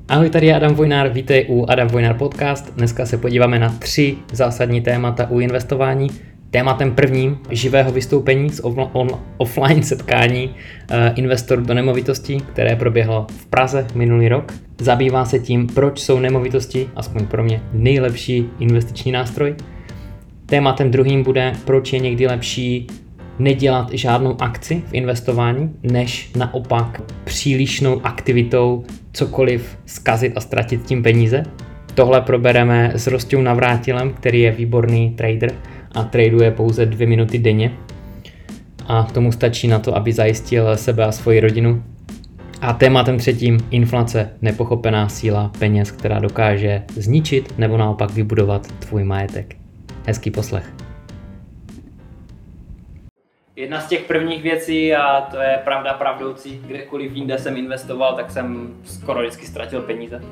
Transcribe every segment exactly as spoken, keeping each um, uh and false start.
Ahoj, tady je Adam Vojnár, vítej u Adam Vojnár podcast. Dneska se podíváme na tři zásadní témata u investování. Tématem prvním živého vystoupení z off- on- offline setkání uh, investorů do nemovitostí, které proběhlo v Praze minulý rok. Zabývá se tím, proč jsou nemovitosti, aspoň pro mě, nejlepší investiční nástroj. Tématem druhým bude, proč je někdy lepší nedělat žádnou akci v investování, než naopak přílišnou aktivitou cokoliv zkazit a ztratit tím peníze. Tohle probereme s Rostou Navrátilem, který je výborný trader a traduje pouze dvě minuty denně. A tomu stačí na to, aby zajistil sebe a svoji rodinu. A tématem třetím inflace, nepochopená síla peněz, která dokáže zničit nebo naopak vybudovat tvůj majetek. Hezký poslech. Jedna z těch prvních věcí, a to je pravda pravdoucí, kdekoliv jinde jsem investoval, tak jsem skoro vždycky ztratil peníze.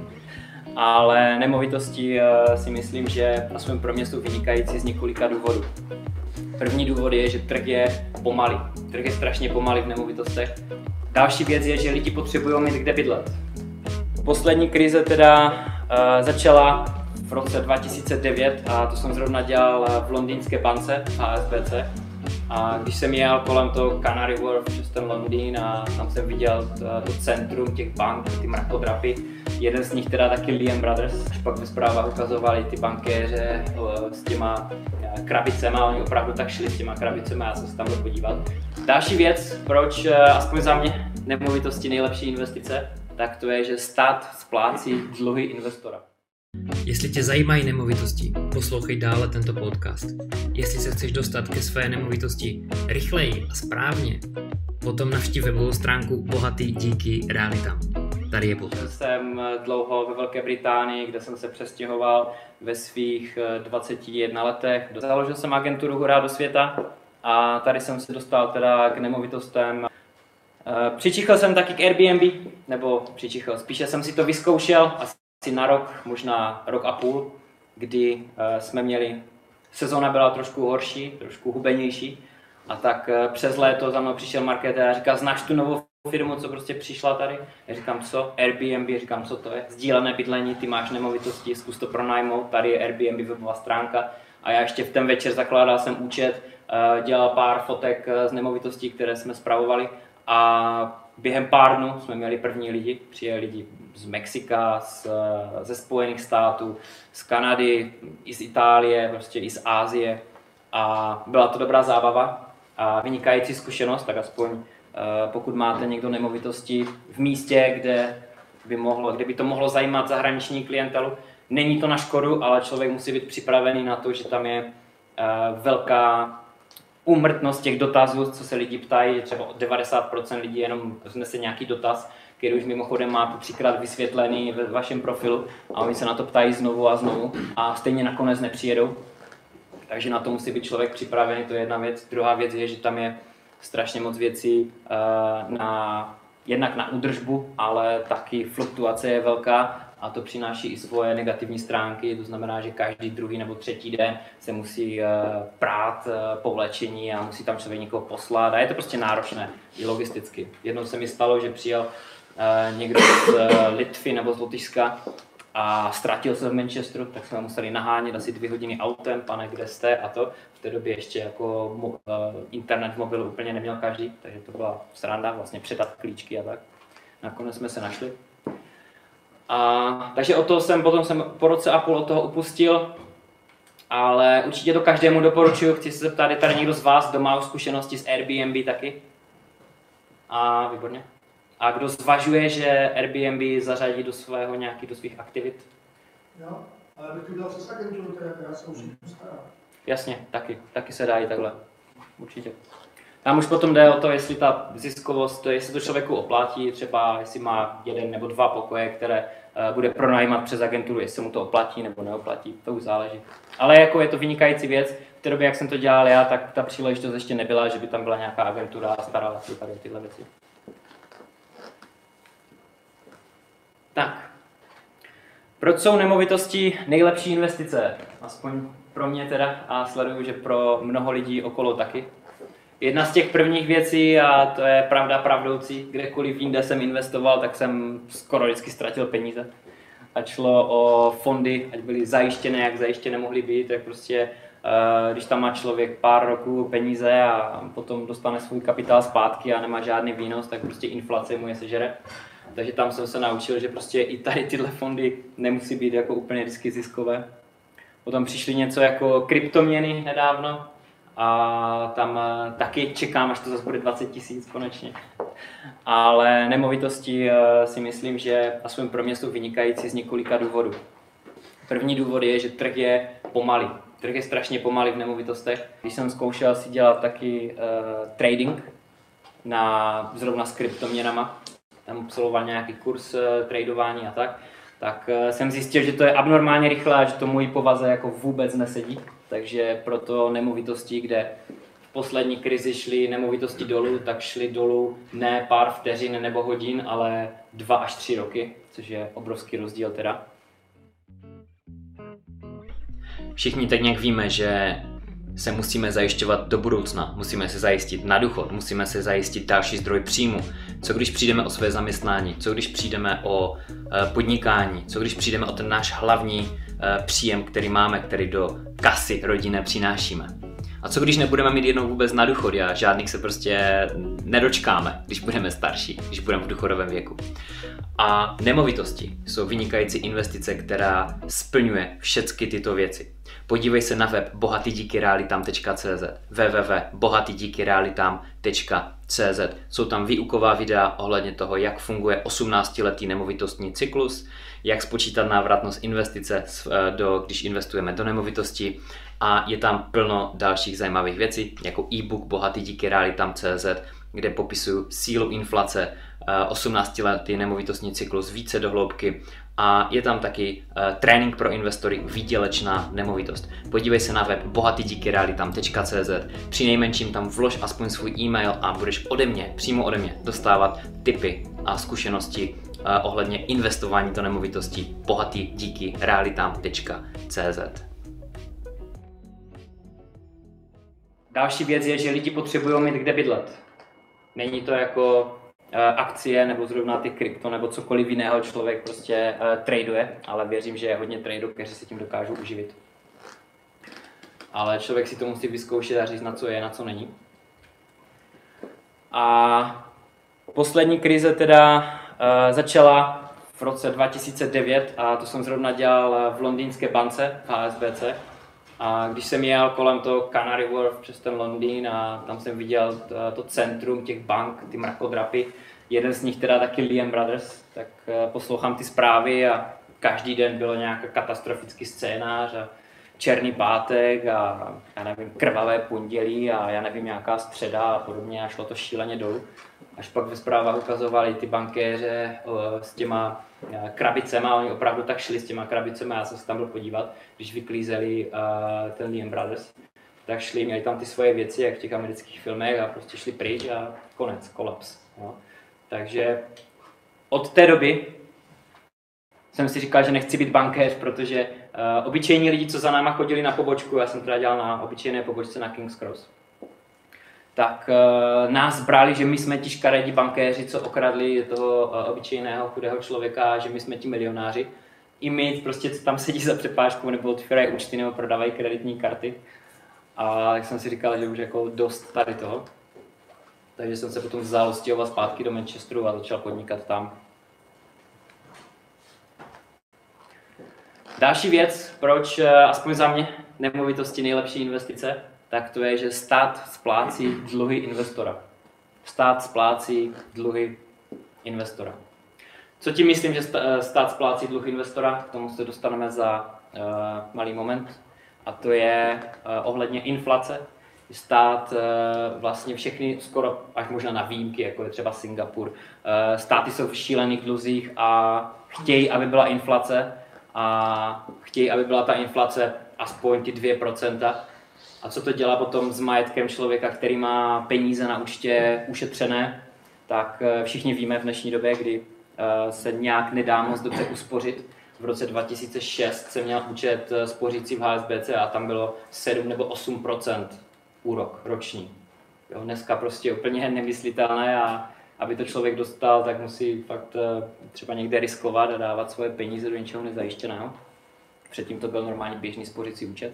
Ale nemovitosti si myslím, že aspoň pro mě jsou vynikající z několika důvodů. První důvod je, že trh je pomalý. Trh je strašně pomalý v nemovitostech. Další věc je, že lidi potřebují mít kde bydlet. Poslední krize teda uh, začala v roce dva tisíce devět a to jsem zrovna dělal v londýnské bance H S B C. A když jsem jel kolem toho Canary Wharf přes ten Londýn a tam jsem viděl to centrum těch bank, ty mrakodrapy, jeden z nich teda taky Lehman Brothers, až pak ve zprávách ukazovali ty bankéře s těma krabicema, oni opravdu tak šli s těma krabicema, já jsem se tam byl podívat. Další věc, proč aspoň za mě nemovitosti nejlepší investice, tak to je, že stát splácí dluhy investora. Jestli tě zajímají nemovitosti, poslouchej dále tento podcast. Jestli se chceš dostat ke své nemovitosti rychleji a správně, potom navštív webovou stránku Bohatý díky realitám. Tady je podcast. Jsem dlouho ve Velké Británii, kde jsem se přestěhoval ve svých dvaceti jedné letech. Založil jsem agenturu Hurá do světa a tady jsem se dostal teda k nemovitostem. Přičichl jsem taky k Airbnb, nebo přičichl, spíše jsem si to vyzkoušel asi na rok, možná rok a půl, kdy uh, jsme měli, sezóna byla trošku horší, trošku hubenější a tak uh, přes léto za mnou přišel marketér a říkal, znáš tu novou firmu, co prostě přišla tady? Já říkám, co? Airbnb, říkám, co to je? Sdílené bydlení, ty máš nemovitosti, zkus to pronajmout, tady je Airbnb webová stránka a já ještě v ten večer zakládal jsem účet, uh, dělal pár fotek z nemovitostí, které jsme spravovali a během pár dnů jsme měli první lidi, přijeli lidi z Mexika, z, ze Spojených států, z Kanady, i z Itálie, prostě i z Asie a byla to dobrá zábava a vynikající zkušenost, tak aspoň pokud máte někdo nemovitosti v místě, kde by, mohlo, kde by to mohlo zajímat zahraniční klientelu. Není to na škodu, ale člověk musí být připravený na to, že tam je velká úmrtnost těch dotazů, co se lidi ptají, že třeba devadesát procent lidí jenom vznese nějaký dotaz, který už mimochodem máte třikrát vysvětlený ve vašem profilu a oni se na to ptají znovu a znovu a stejně nakonec nepřijedou. Takže na to musí být člověk připravený, to je jedna věc. Druhá věc je, že tam je strašně moc věcí uh, na, jednak na údržbu, ale taky fluktuace je velká a to přináší i svoje negativní stránky, to znamená, že každý druhý nebo třetí den se musí uh, prát uh, povlečení a musí tam člověk někoho poslat a je to prostě náročné i logisticky. Jednou se mi stalo, že přijel uh, někdo z uh, Litvy nebo z Lotyšska a ztratil se v Manchesteru, tak jsme museli nahánět asi dvě hodiny autem, pane, kde jste a to. V té době ještě jako mo- uh, internet v mobilu úplně neměl každý, takže to byla sranda, vlastně předat klíčky a tak. Nakonec jsme se našli. A, takže od toho jsem, potom jsem po roce a půl od toho upustil, ale určitě to každému doporučuji. Chci se zeptat, je tady někdo z vás, kdo má zkušenosti s Airbnb taky? A výborně. A kdo zvažuje, že Airbnb zařadí do svého nějaký, do svých aktivit? Jo, ale bych to dělal přes agenturu, která se už stará. Jasně, taky, taky se dá i takhle. Určitě. Tam už potom jde o to, jestli ta ziskovost, jestli to člověku oplatí, třeba jestli má jeden nebo dva pokoje, které uh, bude pronajímat přes agenturu, jestli mu to oplatí nebo neoplatí, to už záleží. Ale jako je to vynikající věc, v té době, jak jsem to dělal já, tak ta příležitost ještě nebyla, že by tam byla nějaká agentura a starala se tady tyhle věci. Tak, proč jsou nemovitosti nejlepší investice? Aspoň pro mě teda a sleduju, že pro mnoho lidí okolo taky. Jedna z těch prvních věcí, a to je pravda pravdoucí, kdekoliv jinde jsem investoval, tak jsem skoro vždycky ztratil peníze. Ať šlo o fondy, ať byly zajištěné, jak zajištěné mohly být, tak prostě když tam má člověk pár roků peníze a potom dostane svůj kapitál zpátky a nemá žádný výnos, tak prostě inflace mu je sežere. Takže tam jsem se naučil, že prostě i tady tyhle fondy nemusí být jako úplně vždycky ziskové. Potom přišly něco jako kryptoměny nedávno a tam taky čekám, až to zase bude dvacet tisíc konečně. Ale nemovitosti si myslím, že aspoň pro mě jsou vynikající z několika důvodů. První důvod je, že trh je pomalý. Trh je strašně pomalý v nemovitostech. Když jsem zkoušel si dělat taky uh, trading na, zrovna s kryptoměnama, tam absolvoval nějaký kurz uh, tradování a tak, tak uh, jsem zjistil, že to je abnormálně rychlé a že to mojí povaze jako vůbec nesedí. Takže proto nemovitosti, kde v poslední krizi šly nemovitosti dolů, tak šly dolů ne pár vteřin nebo hodin, ale dva až tři roky, což je obrovský rozdíl teda. Všichni tak nějak víme, že se musíme zajišťovat do budoucna, musíme se zajistit na důchod, musíme se zajistit další zdroj příjmu. Co když přijdeme o své zaměstnání, co když přijdeme o podnikání, co když přijdeme o ten náš hlavní příjem, který máme, který do kasy rodinné přinášíme. A co když nebudeme mít jednou vůbec na důchod a žádných se prostě nedočkáme, když budeme starší, když budeme v důchodovém věku. A nemovitosti jsou vynikající investice, která splňuje všechny tyto věci. Podívej se na web bohatý díky realitám tečka cé zet, w w w tečka bohatý díky realitám tečka cé zet. Jsou tam výuková videa ohledně toho, jak funguje osmnáctiletý nemovitostní cyklus, jak spočítat návratnost investice, do, když investujeme do nemovitosti, a je tam plno dalších zajímavých věcí, jako e-book bohatý díky realitám tečka cé zet, kde popisuju sílu inflace, osmnáctiletý nemovitostní cyklus více do hloubky, a je tam taky uh, trénink pro investory výdělečná nemovitost. Podívej se na web bohatý díky realitám tečka cé zet, při nejmenším tam vlož aspoň svůj e-mail a budeš ode mě, přímo ode mě, dostávat tipy a zkušenosti uh, ohledně investování do nemovitostí. Bohatý díky realitám tečka cé zet. Další věc je, že lidi potřebují mít kde bydlet. Není to jako akcie nebo zrovna ty krypto nebo cokoliv jiného člověk prostě uh, traduje, ale věřím, že je hodně traderů, kteří se tím dokážou uživit. Ale člověk si to musí vyzkoušet a říct, na co je, na co není. A poslední krize teda uh, začala v roce dva tisíce devět a to jsem zrovna dělal v londýnské bance, v H S B C. A když jsem jel kolem toho Canary Wharf přes ten Londýn a tam jsem viděl to, to centrum těch bank, ty mrakodrapy, jeden z nich teda taky Lehman Brothers, tak poslouchám ty zprávy a každý den bylo nějaký katastrofický scénář a černý pátek a já nevím, krvavé pondělí a já nevím, nějaká středa a podobně a šlo to šíleně dolů. Až pak ve zprávách ukazovali ty bankéře s těma krabicema, oni opravdu tak šli s těma krabicema, já jsem se tam byl podívat, když vyklízeli uh, ten Lehman Brothers, tak šli, měli tam ty svoje věci, jak v těch amerických filmech a prostě šli pryč a konec, kolaps. No. Takže od té doby jsem si říkal, že nechci být bankéř, protože uh, obyčejní lidi, co za náma chodili na pobočku, já jsem teda dělal na obyčejné pobočce na King's Cross, tak uh, nás brali, že my jsme ti škaredí bankéři, co okradli toho uh, obyčejného chudého člověka, že my jsme ti milionáři. I my prostě tam sedí za přepážkou nebo otvírají účty nebo prodávají kreditní karty. A tak jsem si říkal, že už jako dost tady toho. Takže jsem se potom vzal stěhoval zpátky do Manchesteru a začal podnikat tam. Další věc, proč aspoň za mě nemovitosti nejlepší investice, tak to je, že stát splácí dluhy investora. Stát splácí dluhy investora. Co tím myslím, že stát splácí dluhy investora? K tomu se dostaneme za uh, malý moment. A to je uh, ohledně inflace. Stát uh, vlastně všechny, skoro až možná na výjimky, jako je třeba Singapur, uh, státy jsou v šílených dluzích a chtějí, aby byla inflace a chtějí, aby byla ta inflace aspoň ty dvě procenta. A co to dělá potom s majetkem člověka, který má peníze na účtě ušetřené, tak všichni víme v dnešní době, kdy se nějak nedá moc dobře uspořit. V roce dva tisíce šest jsem měl účet spořící v H S B C a tam bylo sedm nebo osm procent úrok roční. Jo, dneska prostě úplně nemyslitelné a aby to člověk dostal, tak musí fakt třeba někde riskovat a dávat svoje peníze do něčeho nezajištěného. Předtím to byl normálně běžný spořící účet.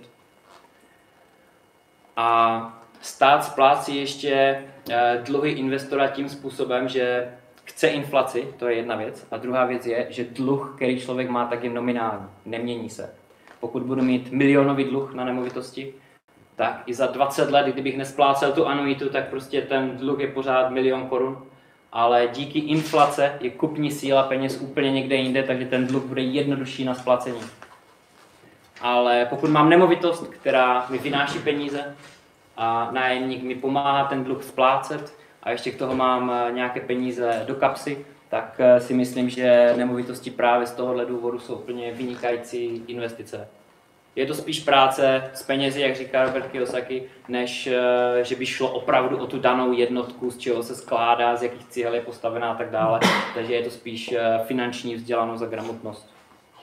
A stát splácí ještě dluhy investora tím způsobem, že chce inflaci, to je jedna věc. A druhá věc je, že dluh, který člověk má, tak je nominální, nemění se. Pokud budu mít milionový dluh na nemovitosti, tak i za dvacet let, kdybych nesplácel tu anuitu, tak prostě ten dluh je pořád milion korun. Ale díky inflace je kupní síla peněz úplně někde jinde, takže ten dluh bude jednodušší na splacení. Ale pokud mám nemovitost, která mi vynáší peníze a nájemník mi pomáhá ten dluh splácet a ještě k toho mám nějaké peníze do kapsy, tak si myslím, že nemovitosti právě z tohohle důvodu jsou úplně vynikající investice. Je to spíš práce s penězi, jak říká Robert Kiyosaki, než že by šlo opravdu o tu danou jednotku, z čeho se skládá, z jakých cihel je postavená a tak dále. Takže je to spíš finanční vzdělanost a gramotnost.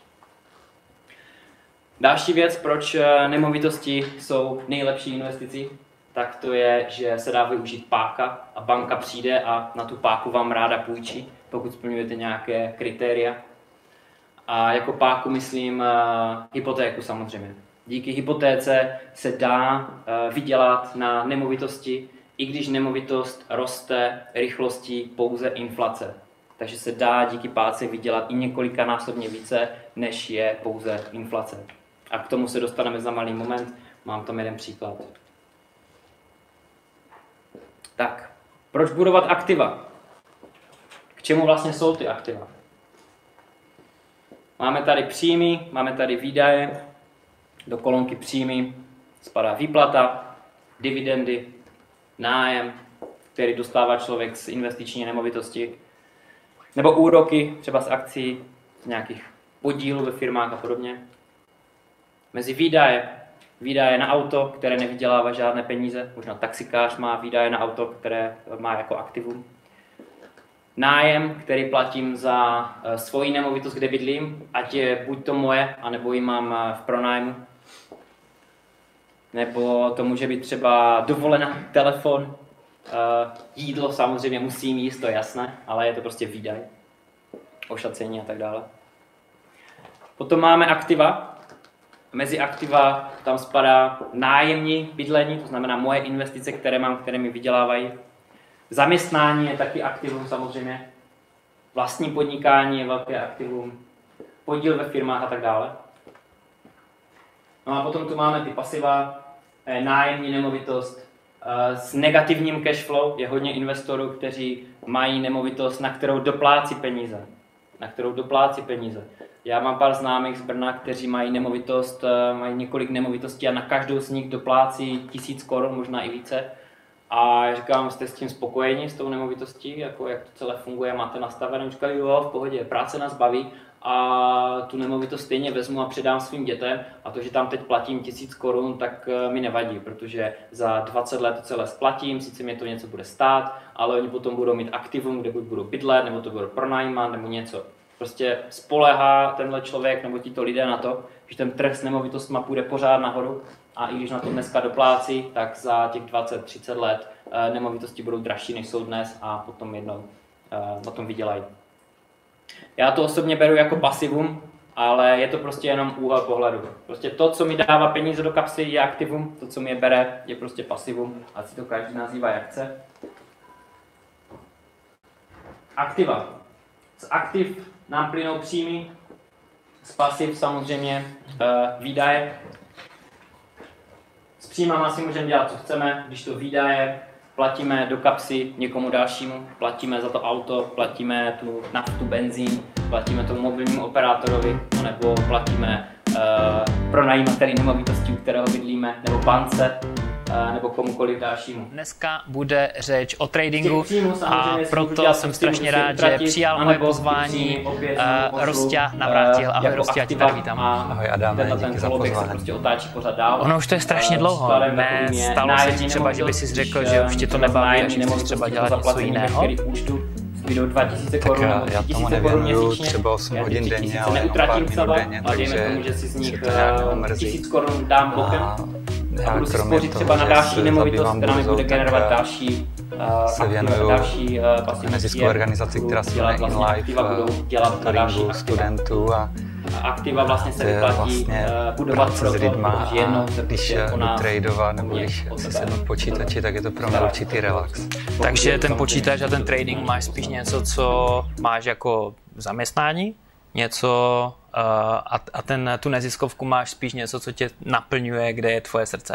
Další věc, proč nemovitosti jsou nejlepší investicí, tak to je, že se dá využít páka a banka přijde a na tu páku vám ráda půjčí, pokud splňujete nějaké kritéria. A jako páku myslím uh, hypotéku samozřejmě. Díky hypotéce se dá uh, vydělat na nemovitosti, i když nemovitost roste rychlostí pouze inflace. Takže se dá díky páce vydělat i několikanásobně více, než je pouze inflace. A k tomu se dostaneme za malý moment. Mám tam jeden příklad. Tak, proč budovat aktiva? K čemu vlastně jsou ty aktiva? Máme tady příjmy, máme tady výdaje, do kolonky příjmy spadá výplata, dividendy, nájem, který dostává člověk z investiční nemovitosti, nebo úroky, třeba z akcí, z nějakých podílů ve firmách a podobně. Mezi výdaje, výdaje na auto, které nevydělává žádné peníze, možná taxikář má výdaje na auto, které má jako aktivum. Nájem, který platím za uh, svoji nemovitost, kde bydlím, ať je buď to moje, anebo ji mám uh, v pronájmu. Nebo to může být třeba dovolená, telefon, uh, jídlo samozřejmě musím jíst, to je jasné, ale je to prostě výdaj, ošacení a tak dále. Potom máme aktiva. Mezi aktiva tam spadá nájemní bydlení, to znamená moje investice, které mám, které mi vydělávají. Zaměstnání je taky aktivum samozřejmě. Vlastní podnikání je velké aktivum. Podíl ve firmách a tak dále. No a potom tu máme ty pasiva, nájemní nemovitost. S negativním cash flow je hodně investorů, kteří mají nemovitost, na kterou doplácí peníze. Na kterou doplácí peníze. Já mám pár známých z Brna, kteří mají nemovitost, mají několik nemovitostí a na každou z nich doplácí tisíc korun, možná i více. A já říkám, jste s tím spokojeni, s tou nemovitostí, jako jak to celé funguje, máte nastavené, říkají, jo, v pohodě, práce nás baví a tu nemovitost stejně vezmu a předám svým dětem a to, že tam teď platím tisíc korun, tak mi nevadí, protože za dvacet let to celé splatím, sice mě to něco bude stát, ale oni potom budou mít aktivum, kde buď budou bydlet, nebo to budou pronajímat, nebo něco. Prostě spoléhá tenhle člověk nebo tito lidé na to, že ten trh s nemovitostma půjde pořád nahoru a i když na to dneska doplácí, tak za těch dvacet třicet let nemovitosti budou dražší, než jsou dnes a potom jednou na tom vydělají. Já to osobně beru jako pasivum, ale je to prostě jenom úhel pohledu. Prostě to, co mi dává peníze do kapsy, je aktivum, to, co mi je bere, je prostě pasivum, ať si to každý nazývá jak chce. Aktiva. Z aktiv nám plynou příjmy, z pasiv samozřejmě uh, výdaje. S příjmama si můžeme dělat, co chceme, když to výdaje, platíme do kapsy někomu dalšímu, platíme za to auto, platíme tu naftu, benzín, platíme tomu mobilnímu operátorovi, nebo platíme uh, pronajímateli nemovitosti, u kterého bydlíme, nebo bance, nebo komukoliv dalšímu. Dneska bude řeč o tradingu a proto jsem strašně rád, že přijal moje pozvání uh, Rostia Navrátil. Ahoj Rostia, já tě tady vítám. Ahoj Adame, díky za pozvání. Ono už to je strašně dlouho. Nestalo se ti třeba, že by si řekl, že už tě to nebaví a že chceš třeba dělat něco jiného? Tak já, já tomu nevěnuju třeba osm hodin denně, ale jenom pár minut denně, takže si to nějak neomrzí. A a budu si spořit třeba na další nemovitost, která mi bude generovat další se věnuju další neziskové organizaci, která se jmenuje InLife, mentoringu studentů a aktiva vlastně se vyplatí vlastně budovat práce proto, s lidma protože jednou a když jdu tradovat nebo když si sednu k počítači, tak je to pro mě určitý relax. Takže ten počítač a ten trading máš spíš něco, co máš jako zaměstnání, něco a, a ten, tu neziskovku máš spíš něco, co tě naplňuje, kde je tvoje srdce.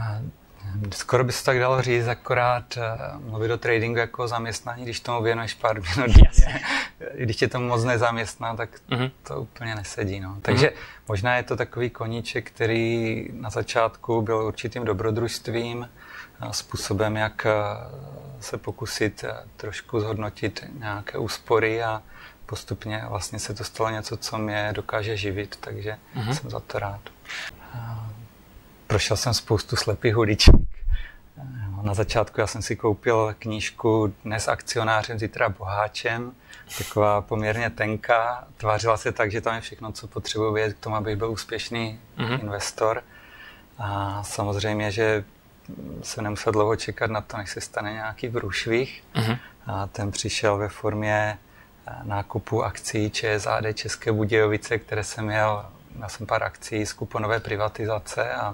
Skoro by se tak dalo říct, akorát mluvit o tradingu jako zaměstnání, když tomu věnuješ pár minut. Když tě to moc nezaměstná, tak uh-huh. to úplně nesedí. No. Takže uh-huh. možná je to takový koníček, který na začátku byl určitým dobrodružstvím, způsobem, jak se pokusit trošku zhodnotit nějaké úspory a postupně vlastně se to stalo něco, co mě dokáže živit, takže uh-huh. jsem za to rád. Prošel jsem spoustu slepých uliček. Na začátku já jsem si koupil knížku Dnes akcionářem, zítra boháčem. Taková poměrně tenká. Tvářila se tak, že tam je všechno, co potřebuji vědět k tomu, abych byl úspěšný mm-hmm. investor. A samozřejmě, že jsem nemusel dlouho čekat na to, než se stane nějaký průšvih. Mm-hmm. A ten přišel ve formě nákupu akcí ČSAD České Budějovice, které jsem měl. Měl jsem pár akcí z kuponové privatizace a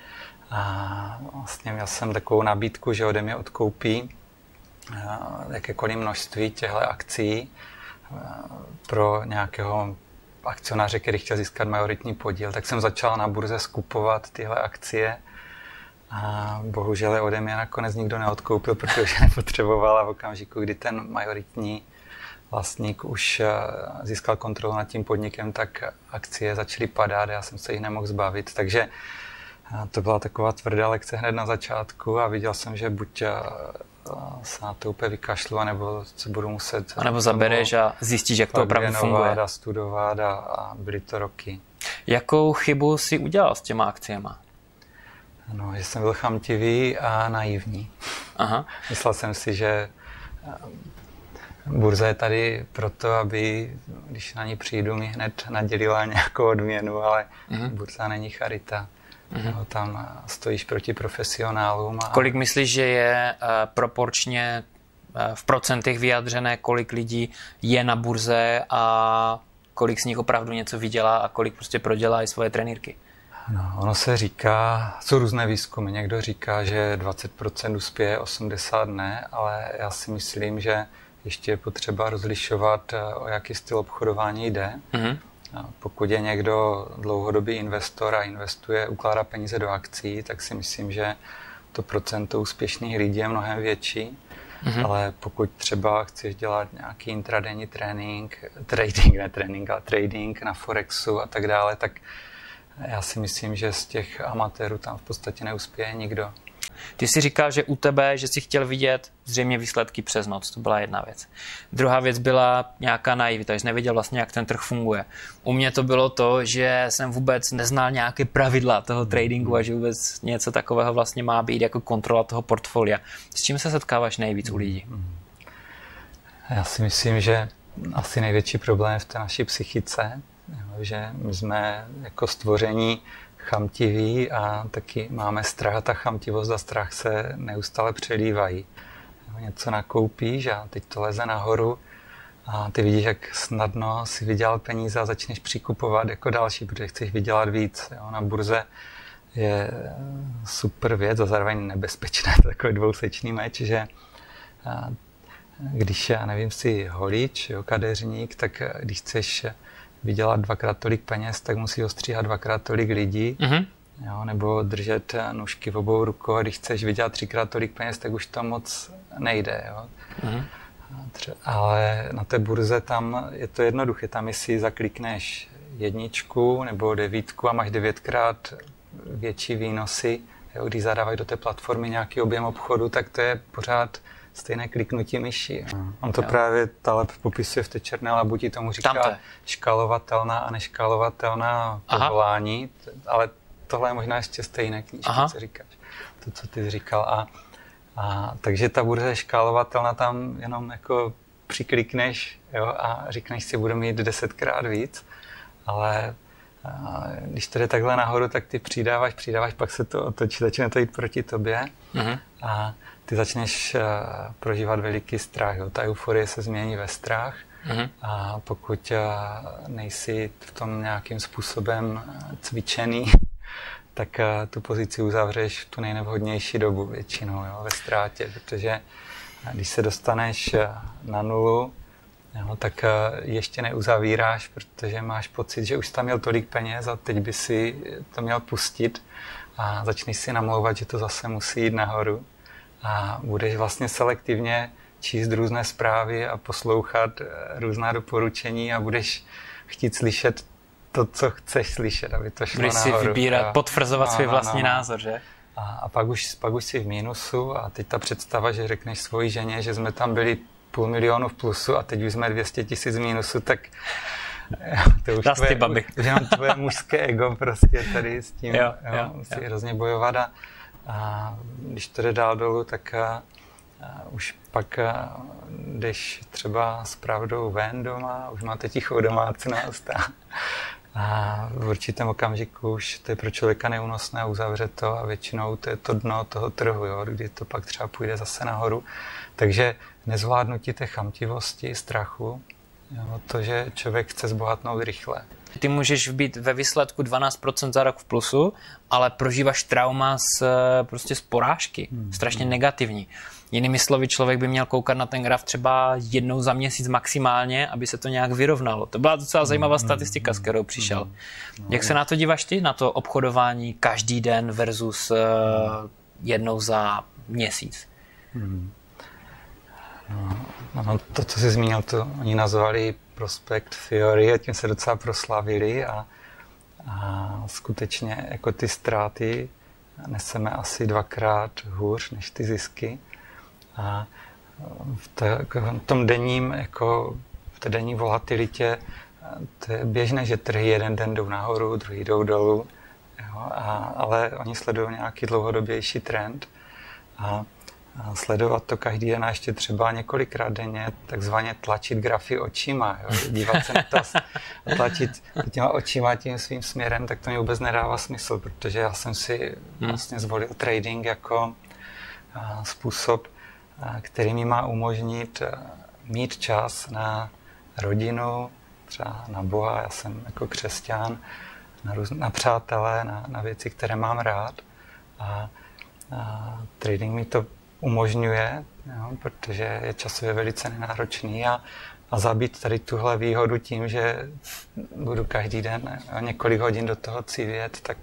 A vlastně měl jsem takovou nabídku, že ode mě odkoupí jakékoliv množství těchto akcí pro nějakého akcionáře, který chtěl získat majoritní podíl. Tak jsem začal na burze skupovat tyhle akcie a bohužel je ode mě nakonec nikdo neodkoupil, protože nepotřeboval a v okamžiku, kdy ten majoritní vlastník už získal kontrolu nad tím podnikem, tak akcie začaly padat a já jsem se jich nemohl zbavit. Takže to byla taková tvrdá lekce hned na začátku a viděl jsem, že buď se na to úplně vykašlu, nebo se budu muset... A nebo zabereš a zjistíš, jak to opravdu funguje. A studovat a, a byly to roky. Jakou chybu jsi udělal s těma akciema? No, že jsem byl chamtivý a naivní. Aha. Myslel jsem si, že burza je tady proto, aby, když na ní přijdu, mi hned nadělila nějakou odměnu, ale uh-huh. burza není charita. Uh-huh. Tam stojíš proti profesionálům. A... Kolik myslíš, že je uh, proporčně uh, v procentech vyjadřené, kolik lidí je na burze a kolik z nich opravdu něco vydělá a kolik prostě prodělá i svoje trenýrky? No, ono se říká, jsou různé výzkumy. Někdo říká, že dvacet procent uspěje, osmdesát procent ne, ale já si myslím, že ještě je potřeba rozlišovat, o jaký styl obchodování jde. Mm-hmm. Pokud je někdo dlouhodobý investor a investuje, ukládá peníze do akcí, tak si myslím, že to procento úspěšných lidí je mnohem větší. Mm-hmm. Ale pokud třeba chceš dělat nějaký intradenní trénink, trading, ne trénink, ale trading na Forexu a tak dále, tak já si myslím, že z těch amatérů tam v podstatě neuspěje nikdo. Ty jsi říkal, že u tebe, že jsi chtěl vidět zřejmě výsledky přes noc, to byla jedna věc. Druhá věc byla nějaká naivita, že jsi nevěděl vlastně, jak ten trh funguje. U mě to bylo to, že jsem vůbec neznal nějaké pravidla toho tradingu a že vůbec něco takového vlastně má být jako kontrola toho portfolia. S čím se setkáváš nejvíc u lidí? Já si myslím, že asi největší problém je v té naší psychice, že my jsme jako stvoření chamtiví a taky máme strach a ta chamtivost a strach se neustále přelívají. Něco nakoupíš a teď to leze nahoru a ty vidíš, jak snadno si vydělal peníze a začneš přikupovat jako další, protože chceš vydělat víc. Jo, na burze je super věc a zároveň nebezpečné, takový dvousečný meč, že když, já nevím, jsi holič, jo, kadeřník, tak když chceš vydělat dvakrát tolik peněz, tak musí ostříhat dvakrát tolik lidí, mm-hmm. jo, nebo držet nůžky v obou rukou a když chceš vydělat třikrát tolik peněz, tak už to moc nejde. Jo. Mm-hmm. Ale na té burze tam je to jednoduché, tam jestli zaklikneš jedničku nebo devítku a máš devětkrát větší výnosy, jo, když zadávají do té platformy nějaký objem obchodu, tak to je pořád stejné kliknutí myši. Hmm. On to jo. právě Taleb popisuje v té černé labuti, tomu říká škálovatelná a neškálovatelná povolání, ale tohle je možná ještě stejné knížky, co říkáš, to, co ty říkal. A, a, takže ta burza je škálovatelná, tam jenom jako přiklikneš, jo, a říkneš si, budu mít desetkrát víc, ale A když to jde takhle nahoru, tak ty přidáváš, přidáváš, pak se to otočí, začne to jít proti tobě uh-huh. a ty začneš uh, prožívat veliký strach. Jo. Ta euforie se změní ve strach uh-huh. a pokud uh, nejsi v tom nějakým způsobem cvičený, tak uh, tu pozici uzavřeš v tu nejnevhodnější dobu většinou, jo, ve ztrátě, protože když se dostaneš na nulu, jo, tak ještě neuzavíráš, protože máš pocit, že už tam měl tolik peněz a teď by si to měl pustit a začneš si namlouvat, že to zase musí jít nahoru a budeš vlastně selektivně číst různé zprávy a poslouchat různá doporučení a budeš chtít slyšet to, co chceš slyšet, aby to šlo budeš nahoru. Budeš si vybírat, a, potvrzovat a, svůj a, vlastní a, a, názor, že? A, a pak, už, pak už jsi v mínusu a teď ta představa, že řekneš svojí ženě, že jsme tam byli půl milionu v plusu a teď už jsme dvě stě tisíc v mínusu, tak to už tvoje, babi. už jenom tvoje mužské ego prostě tady s tím jo, jo, jo, musí jo. hrozně bojovat a, a když to jde dál dolů, tak a, a už pak a, jdeš třeba s pravdou ven doma, už máte tichou domácnost a, a v určitém okamžiku už to je pro člověka neúnosné, uzavře to a většinou to je to dno toho trhu, jo, kdy to pak třeba půjde zase nahoru. Takže nezvládnutí té chamtivosti, strachu, jo, to, že člověk chce zbohatnout rychle. Ty můžeš být ve výsledku dvanáct procent za rok v plusu, ale prožíváš trauma z, prostě z porážky, hmm. strašně negativní. Jinými slovy, člověk by měl koukat na ten graf třeba jednou za měsíc maximálně, aby se to nějak vyrovnalo. To byla docela zajímavá statistika, s kterou přišel. Jak se na to díváš ty, na to obchodování každý den versus uh, jednou za měsíc? Hmm. No, no, to, co jsi zmínil, to oni nazvali prospect theory a tím se docela proslavili a, a skutečně jako ty ztráty neseme asi dvakrát hůř než ty zisky. A v, te, v tom denním, jako v té denní volatilitě, to je běžné, že trhy jeden den jdou nahoru, druhý jdou dolů, jo, a, ale oni sledují nějaký dlouhodobější trend a, a sledovat to každý den a ještě třeba několikrát denně, takzvaně tlačit grafy očima, jo, dívat se na to a tlačit těma očima tím svým směrem, tak to mi vůbec nedává smysl, protože já jsem si vlastně zvolil trading jako a, způsob, který mi má umožnit mít čas na rodinu, třeba na Boha, já jsem jako křesťan, na, růz, na přátelé, na, na věci, které mám rád. A, a trading mi to umožňuje, jo, protože je časově velice nenáročný a, a zabít tady tuhle výhodu tím, že budu každý den několik hodin do toho civět, tak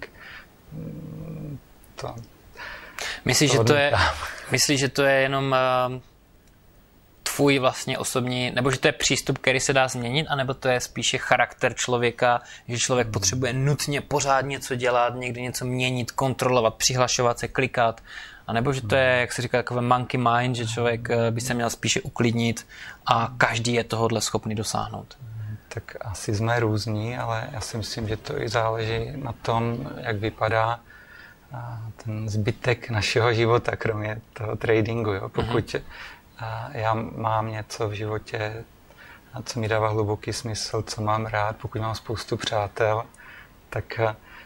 to... Myslíš, že to je, myslíš, že to je jenom uh, tvůj vlastně osobní, nebo že to je přístup, který se dá změnit, anebo to je spíše charakter člověka, že člověk potřebuje nutně pořád něco dělat, někdy něco měnit, kontrolovat, přihlašovat se, klikat, anebo že to je, jak se říká, takové monkey mind, že člověk by se měl spíše uklidnit a každý je tohodle schopný dosáhnout. Tak asi jsme různí, ale já si myslím, že to i záleží na tom, jak vypadá ten zbytek našeho života, kromě toho tradingu. Jo. Pokud mm-hmm. já mám něco v životě, co mi dává hluboký smysl, co mám rád, pokud mám spoustu přátel, tak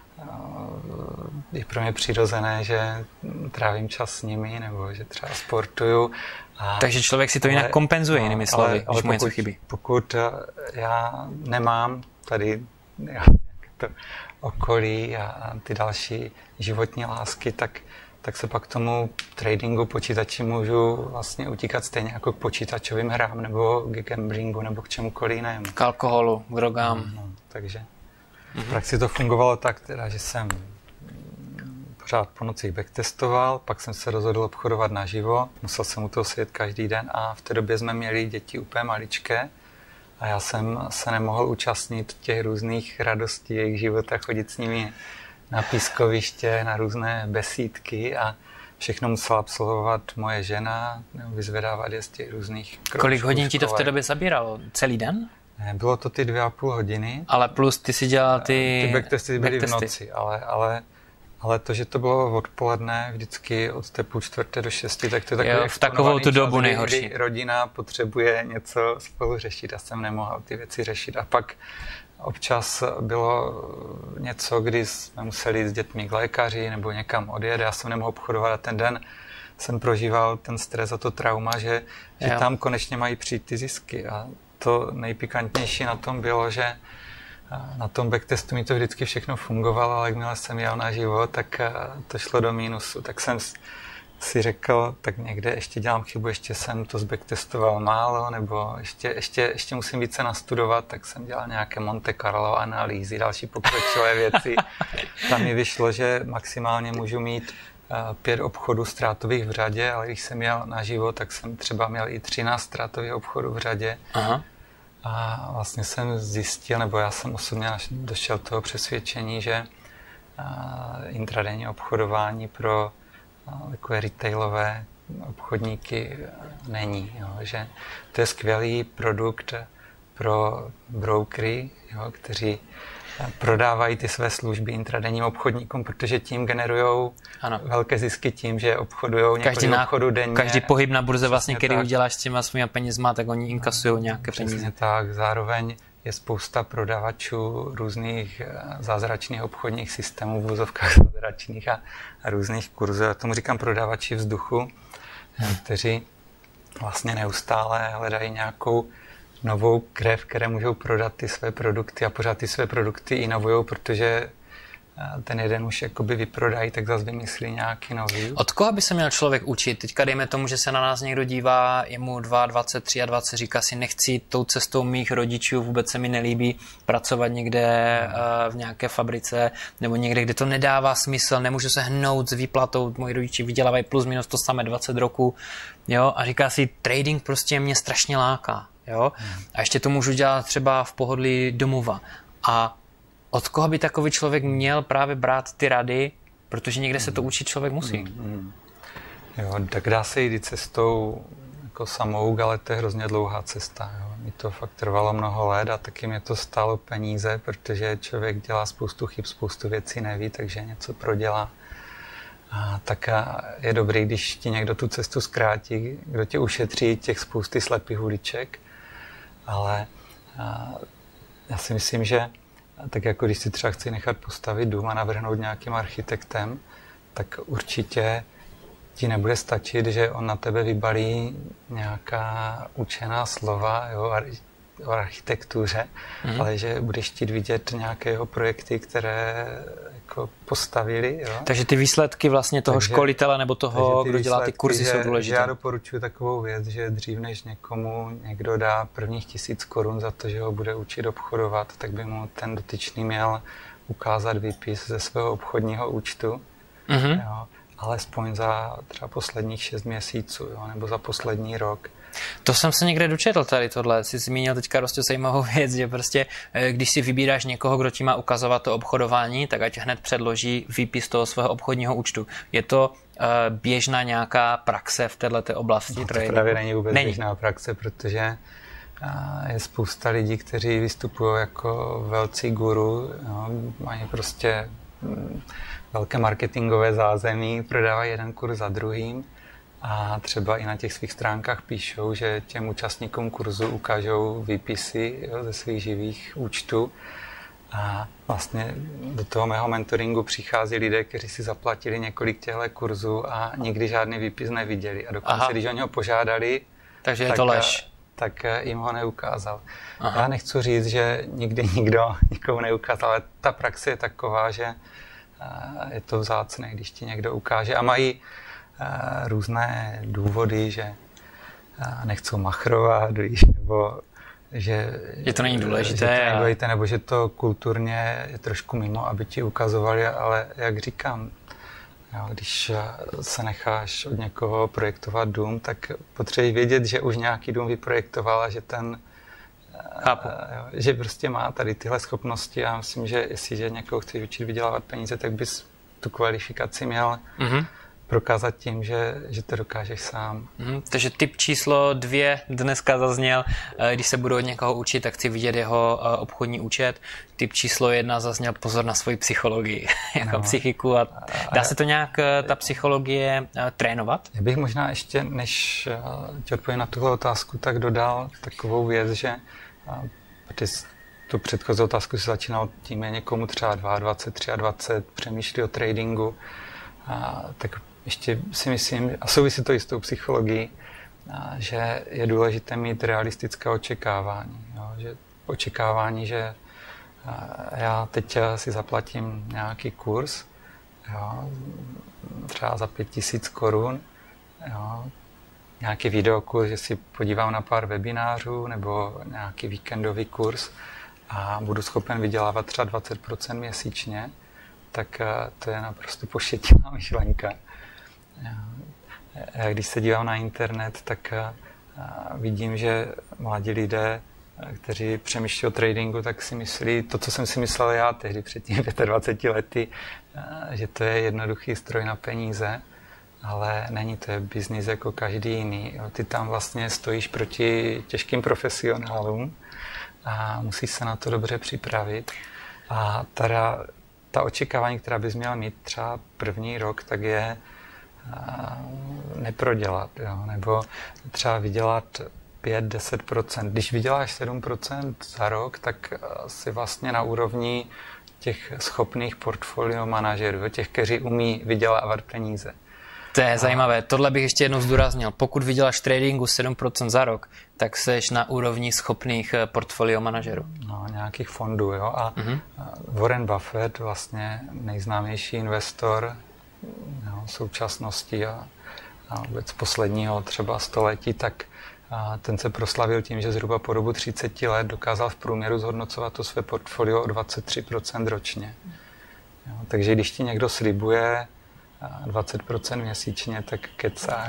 je pro mě přirozené, že trávím čas s nimi, nebo že třeba sportuju. A, Takže člověk si to ale, jinak kompenzuje, jinými slovy, ale, když ale mu pokud, něco chybí. Pokud já nemám tady já, to okolí a, a ty další životní lásky, tak, tak se pak k tomu tradingu počítači můžu vlastně utíkat stejně jako k počítačovým hrám nebo k gamblingu nebo k čemukoliv jinému. K alkoholu, k drogám. No, takže v praxi to fungovalo tak, teda, že jsem pořád po nocích backtestoval, pak jsem se rozhodl obchodovat naživo, musel jsem u toho sedět každý den a v té době jsme měli děti úplně maličké a já jsem se nemohl účastnit těch různých radostí jejich života, chodit s nimi na pískoviště, na různé besídky a všechno musela absolvovat moje žena, vyzvedávat je z těch různých kroužků. Kolik hodin ti to v té době zabíralo? Celý den? Ne, bylo to ty dvě a půl hodiny. Ale plus ty si dělal ty... Ty backtesty byly backtesty. v noci, ale, ale, ale to, že to bylo odpoledne, vždycky od té půl čtvrté do šesti, tak to je takový jo, v takovou tu dobu čas, nejhorší. Kdy rodina potřebuje něco spolu řešit a jsem nemohl ty věci řešit. A pak občas bylo něco, kdy jsme museli jít s dětmi k lékaři nebo někam odjet, já jsem nemohl obchodovat a ten den jsem prožíval ten stres a to trauma, že, že tam konečně mají přijít ty zisky. A to nejpikantnější na tom bylo, že na tom backtestu mi to vždycky všechno fungovalo, ale jakmile jsem jel na život, tak to šlo do mínusu. Tak jsem si řekl, tak někde ještě dělám chybu, ještě jsem to zbacktestoval málo, nebo ještě, ještě, ještě musím více nastudovat, tak jsem dělal nějaké Monte Carlo analýzy, další pokročilé věci. Tam mi vyšlo, že maximálně můžu mít pět obchodů ztrátových v řadě, ale když jsem jel na život, tak jsem třeba měl i třináct ztrátových obchodů v řadě. Aha. A vlastně jsem zjistil, nebo já jsem osobně došel toho přesvědčení, že intradenní obchodování pro takové retailové obchodníky není. Jo, že to je skvělý produkt pro brokery, jo, kteří prodávají ty své služby intradenním obchodníkům, protože tím generují velké zisky tím, že obchodují několik obchodů denně. Každý pohyb na burze, vlastně, který tak uděláš s těma svými penězma, tak oni inkasují nějaké Přesně peníze. tak. Zároveň je spousta prodavačů různých zázračných obchodních systémů, v vozovkách zázračných a, a různých kurzů. Já tomu říkám prodavači vzduchu, kteří vlastně neustále hledají nějakou novou krev, které můžou prodat ty své produkty a pořád ty své produkty inovují, protože ten jeden už jakoby vyprodají, tak zase vymyslí nějaký nový. Od koho by se měl člověk učit? Teďka dejme tomu, že se na nás někdo dívá, je mu dvacet dva, dvacet tři, říká si, nechci tou cestou mých rodičů, vůbec se mi nelíbí pracovat někde v nějaké fabrice nebo někde, kde to nedává smysl, nemůžu se hnout s výplatou, moji rodiči vydělávají plus minus to samé dvacet roků, jo, a říká si, trading prostě mě strašně láká, jo, a ještě to můžu dělat třeba v pohodlí domova. A od koho by takový člověk měl právě brát ty rady, protože někde se to učit člověk musí. Mm, mm. Jo, tak dá se jít cestou jako samouk, ale to je hrozně dlouhá cesta. Jo. Mi to fakt trvalo mnoho let a taky mě to stálo peníze, protože člověk dělá spoustu chyb, spoustu věcí neví, takže něco prodělá. A tak je dobrý, když ti někdo tu cestu zkrátí, kdo tě ušetří těch spousty slepých uliček, ale a, já si myslím, že tak jako když si třeba chci nechat postavit dům a navrhnout nějakým architektem, tak určitě ti nebude stačit, že on na tebe vybalí nějaká učená slova, jo, o architektuře, mm. ale že budeš chtít vidět nějaké jeho projekty, které jako postavili. Jo. Takže ty výsledky vlastně toho takže, školitele nebo toho, kdo dělá ty kurzy, že, jsou důležité. Já doporučuji takovou věc, že dřív než někomu někdo dá prvních tisíc korun za to, že ho bude učit obchodovat, tak by mu ten dotyčný měl ukázat výpis ze svého obchodního účtu. Mm-hmm. Jo, alespoň za třeba posledních šest měsíců, jo, nebo za poslední rok. To jsem se někde dočetl tady tohle. Jsi zmínil teďka prostě zajímavou věc, že prostě, když si vybíráš někoho, kdo ti má ukazovat to obchodování, tak ať hned předloží výpis toho svého obchodního účtu. Je to uh, běžná nějaká praxe v této oblasti? No, to právě není vůbec není. běžná praxe, protože uh, je spousta lidí, kteří vystupují jako velcí guru, no, mají prostě mm, velké marketingové zázemí, prodávají jeden kurz za druhým. A třeba i na těch svých stránkách píšou, že těm účastníkům kurzu ukážou výpisy, jo, ze svých živých účtů. A vlastně do toho mého mentoringu přichází lidé, kteří si zaplatili několik těchto kurzů a nikdy žádný výpis neviděli. A dokonce, Aha. když o něho požádali, takže tak, je to lež. tak jim ho neukázal. Aha. Já nechci říct, že nikdy nikdo nikomu neukázal, ale ta praxe je taková, že je to vzácné, když ti někdo ukáže. A mají různé důvody, že nechcou machrovat, víš, nebo že, že to není důležité, že to není důležité a... nebo že to kulturně je trošku mimo, aby ti ukazovali, ale jak říkám, jo, když se necháš od někoho projektovat dům, tak potřebuješ vědět, že už nějaký dům vyprojektoval a že ten Chápu. Jo, že prostě má tady tyhle schopnosti a myslím, že jestliže někoho chceš učit vydělávat peníze, tak bys tu kvalifikaci měl mm-hmm. prokázat tím, že, že to dokážeš sám. Mm, takže tip číslo dvě dneska zazněl, když se budu od někoho učit, tak chci vidět jeho obchodní účet. Tip číslo jedna zazněl pozor na svoji psychologii, jako no. psychiku. A dá se to nějak, ta psychologie, trénovat? Já bych možná ještě, než ti odpovím na tuhle otázku, tak dodal takovou věc, že tu předchozí otázku si začínal tím, je někomu třeba dvacet dva, dvacet tři, přemýšlí o tradingu, a, tak ještě si myslím, a souvisí to i s tou psychologií, a, že je důležité mít realistické očekávání. Jo? Že očekávání, že a, já teď si zaplatím nějaký kurz, jo? Třeba za pět tisíc korun, jo? Nějaký videokurs, že si podívám na pár webinářů nebo nějaký víkendový kurz a budu schopen vydělávat třeba dvacet procent měsíčně, tak to je naprosto pošetilá myšlenka. Když se dívám na internet, tak vidím, že mladí lidé, kteří přemýšlí o tradingu, tak si myslí to, co jsem si myslel já tehdy před tím dvaceti pěti lety, že to je jednoduchý stroj na peníze, ale není to, je biznis jako každý jiný. Ty tam vlastně stojíš proti těžkým profesionálům a musíš se na to dobře připravit. A teda ta očekávání, která bys měl mít třeba první rok, tak je neprodělat, jo? Nebo třeba vydělat pět až deset procent. Když vyděláš sedm procent za rok, tak si vlastně na úrovni těch schopných portfolio manažerů, těch, kteří umí vydělávat peníze. To je zajímavé. Tohle bych ještě jednou zdůraznil. Pokud vyděláš tradingu sedm procent za rok, tak seš na úrovni schopných portfolio manažerů. No, nějakých fondů, jo. A uh-huh. Warren Buffett, vlastně nejznámější investor, jo, současnosti a, a vůbec posledního třeba století, tak a ten se proslavil tím, že zhruba po dobu třicet let dokázal v průměru zhodnocovat to své portfolio o dvacet tři procent ročně. Jo, takže když ti někdo slibuje dvacet procent měsíčně, tak kecá.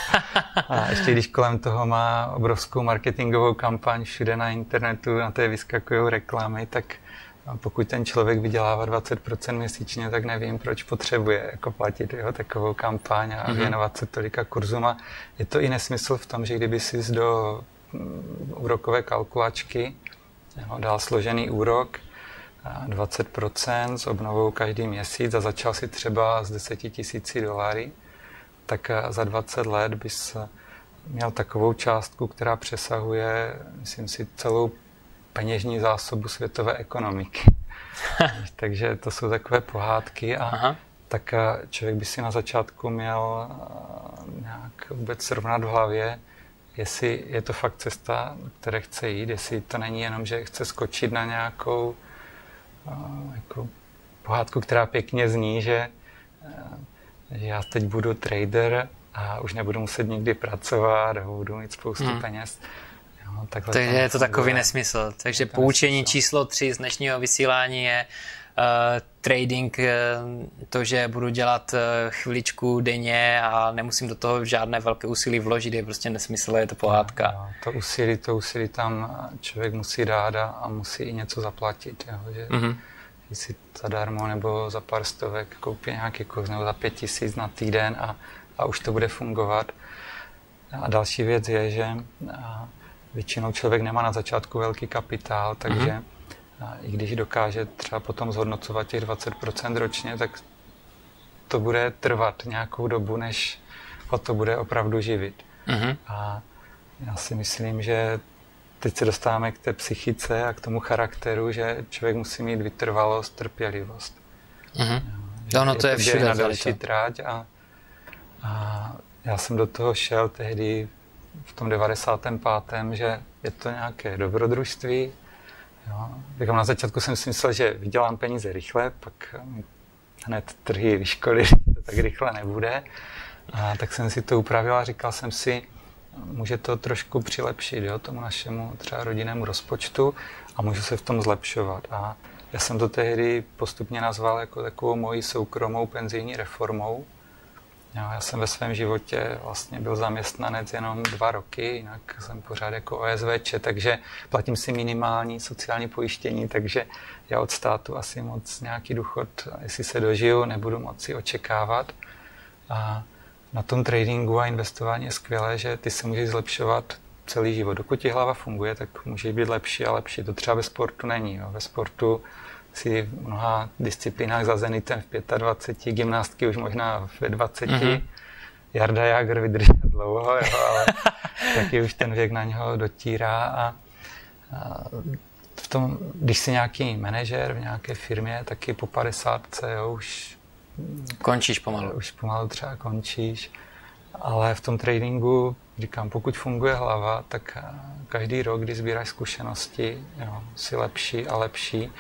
A ještě když kolem toho má obrovskou marketingovou kampaň všude na internetu, na té vyskakují reklamy, tak pokud ten člověk vydělává dvacet procent měsíčně, tak nevím, proč potřebuje jako platit jeho takovou kampaň a věnovat se tolika kurzům. A je to i nesmysl v tom, že kdyby si do úrokové kalkulačky dal složený úrok dvacet procent s obnovou každý měsíc a začal si třeba z deseti tisíci dolarů, tak za dvacet let bys měl takovou částku, která přesahuje, myslím si, celou peněžní zásobu světové ekonomiky. Takže to jsou takové pohádky a Aha. tak člověk by si na začátku měl nějak vůbec srovnat v hlavě, jestli je to fakt cesta, které chce jít, jestli to není jenom, že chce skočit na nějakou jako pohádku, která pěkně zní, že, že já teď budu trader a už nebudu muset nikdy pracovat a budu mít spoustu hmm. peněz. Jo, takže to je to takový nesmysl. Takže poučení nesmysl. Číslo tři z dnešního vysílání je uh, trading, uh, to, že budu dělat uh, chviličku denně a nemusím do toho žádné velké úsilí vložit, je prostě nesmysl, je to pohádka. Jo, to úsilí, to úsilí tam člověk musí dát a, a musí i něco zaplatit. Jo, že, mm-hmm. že si zadarmo nebo za pár stovek koupí nějaký kurz nebo za pět tisíc na týden a, a už to bude fungovat. A další věc je, že a, většinou člověk nemá na začátku velký kapitál, takže mm-hmm. a i když dokáže třeba potom zhodnocovat těch dvacet procent ročně, tak to bude trvat nějakou dobu, než ho to bude opravdu živit. Mm-hmm. A já si myslím, že teď se dostáváme k té psychice a k tomu charakteru, že člověk musí mít vytrvalost, trpělivost. Mm-hmm. Jo, no to je, je všude na další tráť a, a já jsem do toho šel tehdy v tom devadesátém pátém že je to nějaké dobrodružství. Jo. Tak na začátku jsem si myslel, že vydělám peníze rychle, pak hned trhy vyškolili, to tak rychle nebude. A tak jsem si to upravil a říkal jsem si, může to trošku přilepšit, jo, tomu našemu třeba rodinnému rozpočtu a můžu se v tom zlepšovat. A já jsem to tehdy postupně nazval jako takovou mojí soukromou penzijní reformou. Jo, já jsem ve svém životě vlastně byl zaměstnanec jenom dva roky, jinak jsem pořád jako O S V Č, takže platím si minimální sociální pojištění, takže já od státu asi moc nějaký důchod, jestli se dožiju, nebudu moci očekávat. A na tom tradingu a investování je skvělé, že ty se můžeš zlepšovat celý život. Dokud ti hlava funguje, tak může být lepší a lepší. To třeba ve sportu není. Jo. Ve sportu si v mnoha disciplínách za Zenitem v dvaceti pěti, gymnástky už možná ve dvaceti. Mm-hmm. Jarda Jágr vydržel dlouho, jo, ale taky už ten věk na něho dotírá a, a v tom, když jsi nějaký manažer v nějaké firmě, taky po padesátce, jo, už končíš pomalu. Už pomalu třeba končíš, ale v tom tradingu, říkám, pokud funguje hlava, tak každý rok, když sbíráš zkušenosti, jo, jsi lepší a lepší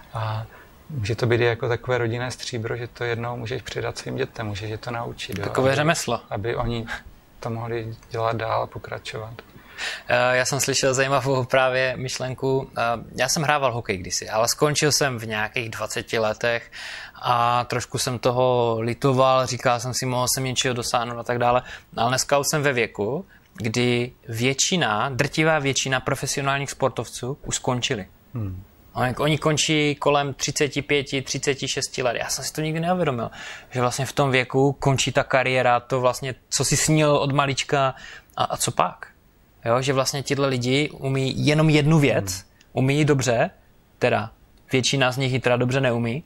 a může to být jako takové rodinné stříbro, že to jednou můžeš předat svým dětem, můžeš je to naučit. Jo, takové aby, řemeslo. Aby oni to mohli dělat dál a pokračovat. Já jsem slyšel zajímavou právě myšlenku. Já jsem hrával hokej kdysi, ale skončil jsem v nějakých dvaceti letech a trošku jsem toho litoval, říkal jsem si, mohl jsem něčeho dosáhnout a tak dále. Ale dneska už jsem ve věku, kdy většina, drtivá většina profesionálních sportovců už skončili. Hmm. Oni končí kolem třicet pět, třicet šest let. Já jsem si to nikdy neuvědomil, že vlastně v tom věku končí ta kariéra, to vlastně, co si snil od malička a, a co pak. Jo, že vlastně tihle lidi umí jenom jednu věc, hmm. umí ji dobře, teda většina z nich ji teda dobře neumí,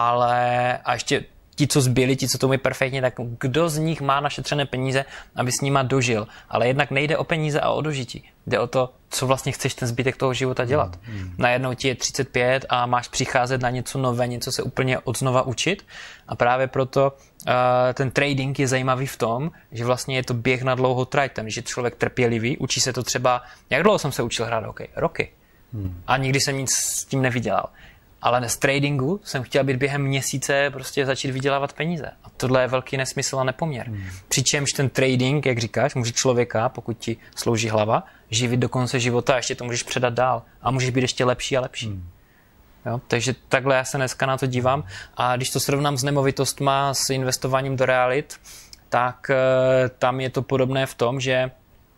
ale a ještě ti, co zbyli, ti, co to umí perfektně, tak kdo z nich má našetřené peníze, aby s nima dožil. Ale jednak nejde o peníze a o dožití. Jde o to, co vlastně chceš ten zbytek toho života dělat. Hmm. Najednou ti je třicet pět a máš přicházet na něco nové, něco se úplně odznova učit a právě proto uh, ten trading je zajímavý v tom, že vlastně je to běh na dlouhou trať, ten, že člověk trpělivý, učí se to třeba, jak dlouho jsem se učil hrát hokej? Roky. Hmm. A nikdy jsem nic s tím nevydělal. Ale z tradingu jsem chtěl být během měsíce prostě začít vydělávat peníze. A tohle je velký nesmysl a nepoměr. Hmm. Přičemž ten trading, jak říkáš, může člověka, pokud ti slouží hlava, živit do konce života a ještě to můžeš předat dál. A můžeš být ještě lepší a lepší. Hmm. Jo? Takže takhle já se dneska na to dívám. A když to srovnám s nemovitostma, s investováním do realit, tak e, tam je to podobné v tom, že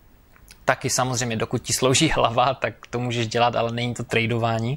taky samozřejmě, dokud ti slouží hlava, tak to můžeš dělat, ale není to tradování.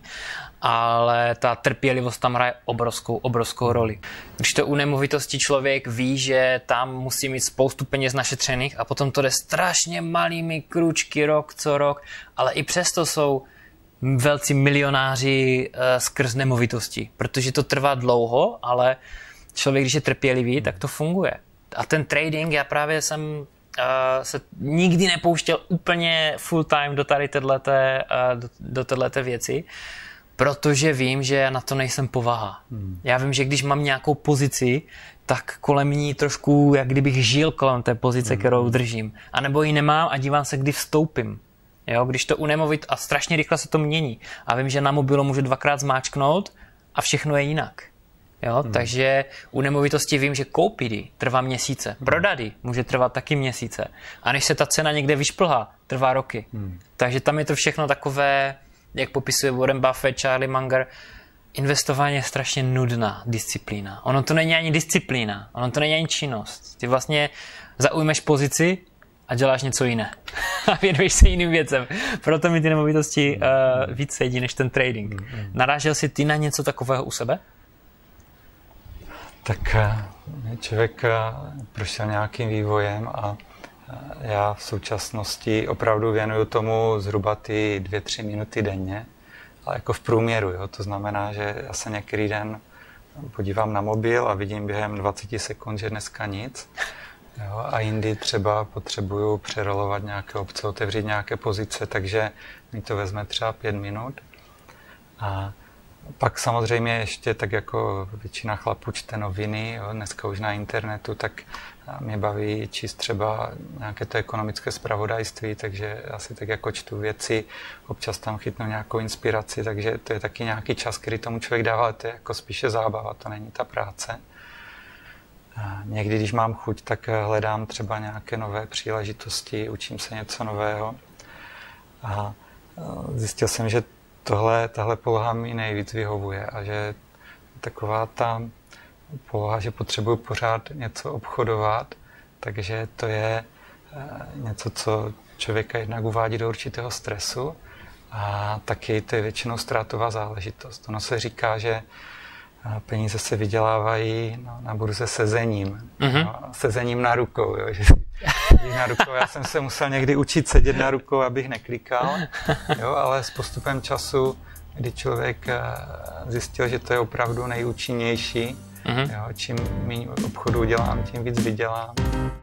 Ale ta trpělivost tam hraje obrovskou, obrovskou roli. Když to u nemovitosti člověk ví, že tam musí mít spoustu peněz našetřených a potom to jde strašně malými kručky rok co rok, ale i přesto jsou velcí milionáři uh, skrz nemovitosti, protože to trvá dlouho, ale člověk, když je trpělivý, tak to funguje. A ten trading, já právě jsem uh, se nikdy nepouštěl úplně full time do tady téhleté, uh, do, do téhleté věci, protože vím, že na to nejsem povaha. Hmm. Já vím, že když mám nějakou pozici, tak kolem ní trošku, jak kdybych žil kolem té pozice, hmm. kterou držím. A nebo ji nemám a dívám se, kdy vstoupím. Jo, když to u nemovit a strašně rychle se to mění. A vím, že na mobilu můžu dvakrát zmáčknout a všechno je jinak. Jo, hmm. takže u nemovitosti vím, že koupit ji trvá měsíce. Hmm. Prodat ji může trvat taky měsíce. A než se ta cena někde vyšplhá, trvá roky. Hmm. Takže tam je to všechno takové, jak popisuje Warren Buffett, Charlie Munger, investování je strašně nudná disciplína. Ono to není ani disciplína, ono to není ani činnost. Ty vlastně zaujmeš pozici a děláš něco jiné. A věnuješ se jiným věcem. Proto mi ty nemovitosti uh, víc sedí než ten trading. Narážel jsi ty na něco takového u sebe? Tak člověk prošel nějakým vývojem a já v současnosti opravdu věnuju tomu zhruba ty dvě, tři minuty denně, ale jako v průměru, jo. To znamená, že já se některý den podívám na mobil a vidím během dvacet sekund, že dneska nic. Jo, a jindy třeba potřebuju přerolovat nějaké opce, otevřít nějaké pozice, takže mi to vezme třeba pět minut. A pak samozřejmě ještě tak jako většina chlapů čte noviny, jo, dneska už na internetu, tak mě baví číst třeba nějaké to ekonomické zpravodajství, takže já si tak jako čtu věci, občas tam chytnu nějakou inspiraci, takže to je taky nějaký čas, který tomu člověk dává, ale to je jako spíše zábava, to není ta práce. A někdy, když mám chuť, tak hledám třeba nějaké nové příležitosti, učím se něco nového. A zjistil jsem, že tohle, tahle poloha mi nejvíc vyhovuje a že taková ta poloha, že potřebuji pořád něco obchodovat, takže to je něco, co člověka jednak uvádí do určitého stresu a taky to je většinou ztrátová záležitost. Ono se říká, že peníze se vydělávají no, na burze sezením. Mm-hmm. No, sezením na rukou. Jo, že na rukou. Já jsem se musel někdy učit sedět na rukou, abych neklikal, jo, ale s postupem času, kdy člověk zjistil, že to je opravdu nejúčinnější, mm-hmm. jo, čím méně obchodu dělám, tím víc vydělám.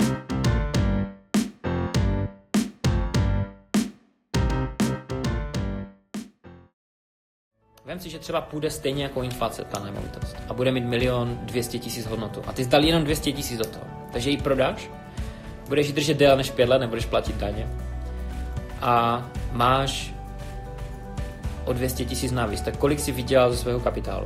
Vem si, že třeba půjde stejně jako inflace ta nemovitost a bude mít milion dvěstě tisíc hodnotu a ty jsi dal jenom dvě stě tisíc do toho. Takže ji prodáš, budeš ji držet déle než pět let, nebudeš platit daně a máš o dvě stě tisíc navíc. Tak kolik jsi vydělal ze svého kapitálu?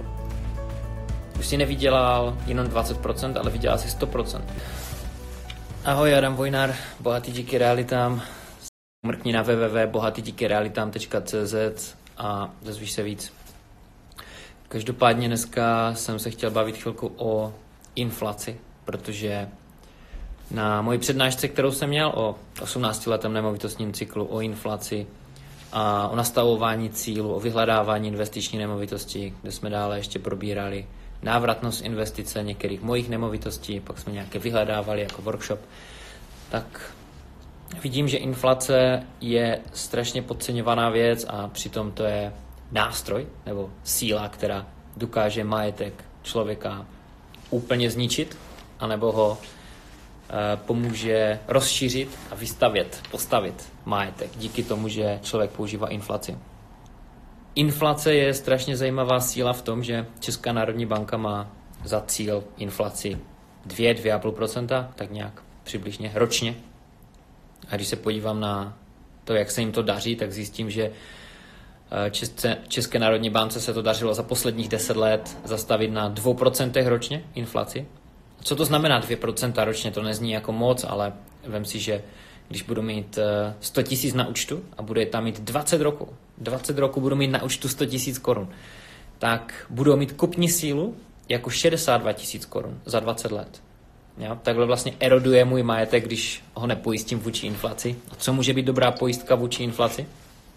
Už jsi nevydělal jenom dvacet procent, ale vydělal jsi sto procent. Ahoj, Adam Vojnar, bohatý díky realitám. Mrkni na w w w tečka bohatý díky realitám tečka c z a dozvíš se víc. Každopádně dneska jsem se chtěl bavit chvilku o inflaci, protože na mojí přednášce, kterou jsem měl o osmnáctiletém nemovitostním cyklu, o inflaci a o nastavování cílu, o vyhledávání investiční nemovitosti, kde jsme dále ještě probírali návratnost investice některých mojich nemovitostí, pak jsme nějaké vyhledávali jako workshop, tak vidím, že inflace je strašně podceňovaná věc a přitom to je nástroj nebo síla, která dokáže majetek člověka úplně zničit, anebo ho e, pomůže rozšířit a vystavět, postavit majetek díky tomu, že člověk používá inflaci. Inflace je strašně zajímavá síla v tom, že Česká národní banka má za cíl inflaci dvě až dvě celá pět procenta, tak nějak přibližně ročně. A když se podívám na to, jak se jim to daří, tak zjistím, že České, České národní bance se to dařilo za posledních deset let zastavit na dvě procenta ročně inflaci. Co to znamená dvě procenta ročně? To nezní jako moc, ale vem si, že když budu mít sto tisíc na účtu a bude tam mít dvacet roků, dvacet roků budu mít na účtu sto tisíc korun, tak budu mít kupní sílu jako šedesát dva tisíc korun za dvacet let. Jo? Takhle vlastně eroduje můj majetek, když ho nepojistím vůči inflaci. A co může být dobrá pojistka vůči inflaci?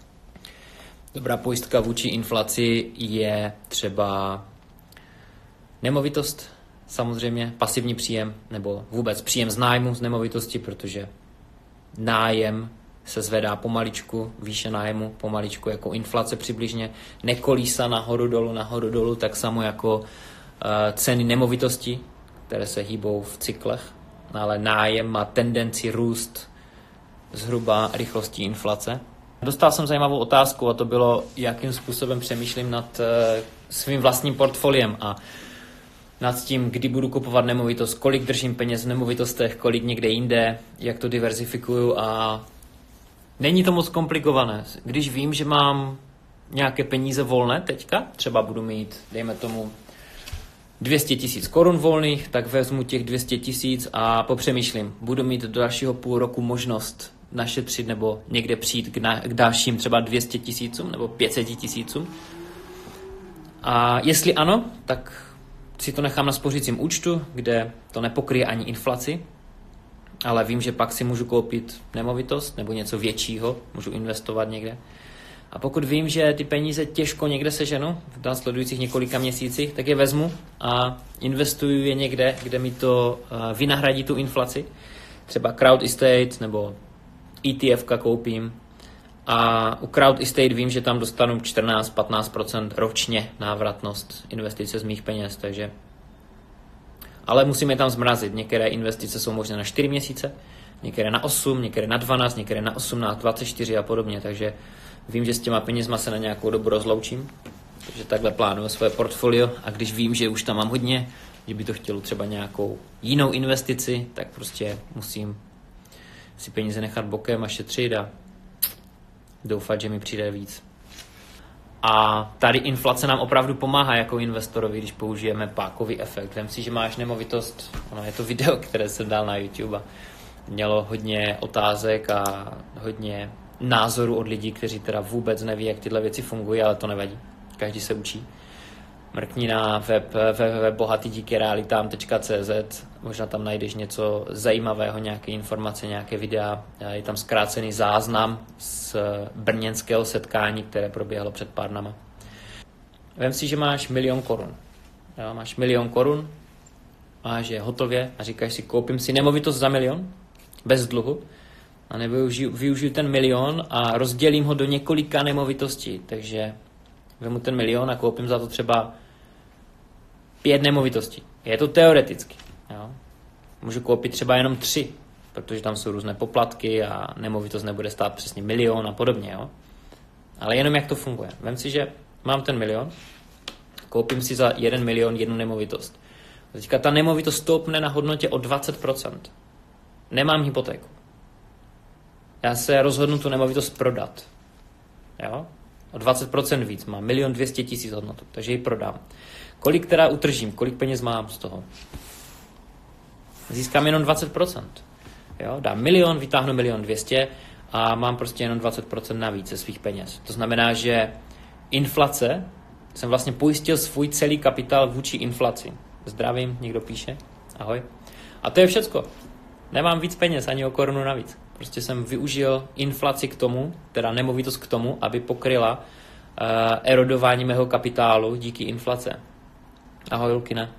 Dobrá pojistka vůči inflaci je třeba nemovitost, samozřejmě pasivní příjem, nebo vůbec příjem z nájmu z nemovitosti, protože nájem se zvedá pomaličku, výše nájmu pomaličku jako inflace přibližně, nekolísa nahoru dolů, nahoru dolů, tak samo jako uh, ceny nemovitosti, které se hýbou v cyklech, ale nájem má tendenci růst zhruba rychlostí inflace. Dostal jsem zajímavou otázku a to bylo, jakým způsobem přemýšlím nad uh, svým vlastním portfoliem a nad tím, kdy budu kupovat nemovitost, kolik držím peněz v nemovitostech, kolik někde jinde, jak to diverzifikuju a není to moc komplikované. Když vím, že mám nějaké peníze volné teďka, třeba budu mít, dejme tomu, dvě stě tisíc korun volných, tak vezmu těch dvě stě tisíc a popřemýšlím. Budu mít do dalšího půl roku možnost našetřit nebo někde přijít k, na, k dalším třeba dvě stě tisícům nebo pět set tisícům. A jestli ano, tak si to nechám na spořícím účtu, kde to nepokryje ani inflaci, ale vím, že pak si můžu koupit nemovitost nebo něco většího, můžu investovat někde. A pokud vím, že ty peníze těžko někde seženu v následujících několika měsících, tak je vezmu a investuju je někde, kde mi to vynahradí tu inflaci. Třeba crowd estate nebo E T F ka koupím. A u crowd estate vím, že tam dostanu čtrnáct až patnáct procent ročně návratnost investice z mých peněz, takže ale musíme tam zmrazit. Některé investice jsou možné na čtyři měsíce, některé na osm, některé na dvanáct, některé na osmnáct, dvacet čtyři a podobně, takže vím, že s těma penězma se na nějakou dobu rozloučím, takže takhle plánuju svoje portfolio a když vím, že už tam mám hodně, že by to chtělo třeba nějakou jinou investici, tak prostě musím si peníze nechat bokem a šetřit a doufat, že mi přijde víc. A tady inflace nám opravdu pomáhá jako investorovi, když použijeme pákový efekt. Vem si, že máš nemovitost, ono je to video, které jsem dal na YouTube a mělo hodně otázek a hodně názorů od lidí, kteří teda vůbec neví, jak tyhle věci fungují, ale to nevadí. Každý se učí. Mrkni na web w w w tečka bohatý díky realitám tečka c z, možná tam najdeš něco zajímavého, nějaké informace, nějaké videa. Je tam zkrácený záznam z brněnského setkání, které proběhlo před pár dnama. Vem si, že máš milion korun. Jo, máš milion korun, máš je hotově a říkáš si, koupím si nemovitost za milion, bez dluhu, a nevyužiju využiju ten milion a rozdělím ho do několika nemovitostí, takže vemu ten milion a koupím za to třeba pět nemovitostí. Je to teoreticky. Jo. Můžu koupit třeba jenom tři, protože tam jsou různé poplatky a nemovitost nebude stát přesně milion a podobně. Jo. Ale jenom jak to funguje. Vem si, že mám ten milion, koupím si za jeden milion jednu nemovitost. Teďka ta nemovitost stoupne na hodnotě o dvacet procent. Nemám hypotéku. Já se rozhodnu tu nemovitost prodat. Jo? O dvacet procent víc. Mám milion dvěstě tisíc hodnotu, takže ji prodám. Kolik teda utržím? Kolik peněz mám z toho? Získám jenom dvacet procent. Jo? Dám milion, vytáhnu milion dvěstě a mám prostě jenom dvacet procent navíc ze svých peněz. To znamená, že inflace, jsem vlastně pojistil svůj celý kapitál vůči inflaci. Zdravím, někdo píše. Ahoj. A to je všecko. Nemám víc peněz, ani o korunu navíc. Prostě jsem využil inflaci k tomu, teda nemovitost k tomu, aby pokryla uh, erodování mého kapitálu díky inflace. Ahoj, Lukine.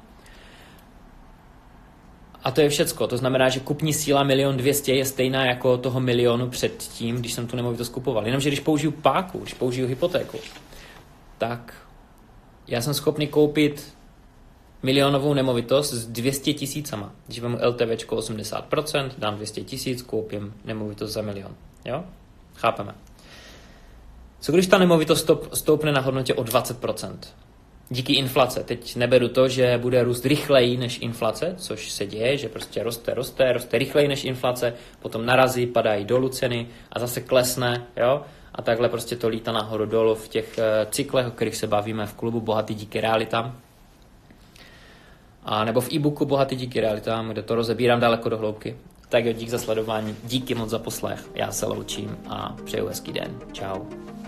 A to je všecko. To znamená, že kupní síla milion dvěstě je stejná jako toho milionu předtím, když jsem tu nemovitost kupoval. Jenomže když použiju páku, když použiju hypotéku, tak já jsem schopný koupit milionovou nemovitost s dvě stě tisícama. Když vemu LTVčko osmdesát procent, dám dvě stě tisíc, koupím nemovitost za milion. Jo? Chápeme. Co když ta nemovitost stoupne na hodnotě o dvacet procent? Díky inflace. Teď neberu to, že bude růst rychleji než inflace, což se děje, že prostě roste, roste, roste rychleji než inflace, potom narazí, padají dolů ceny a zase klesne, jo? A takhle prostě to lítá nahoru dolů v těch cyklech, o kterých se bavíme v klubu Bohatý díky realitám. A nebo v e-booku Bohatý díky realitám, kde to rozebírám daleko do hloubky. Tak jo, dík za sledování, díky moc za poslech, já se loučím a přeju hezký den. Čau.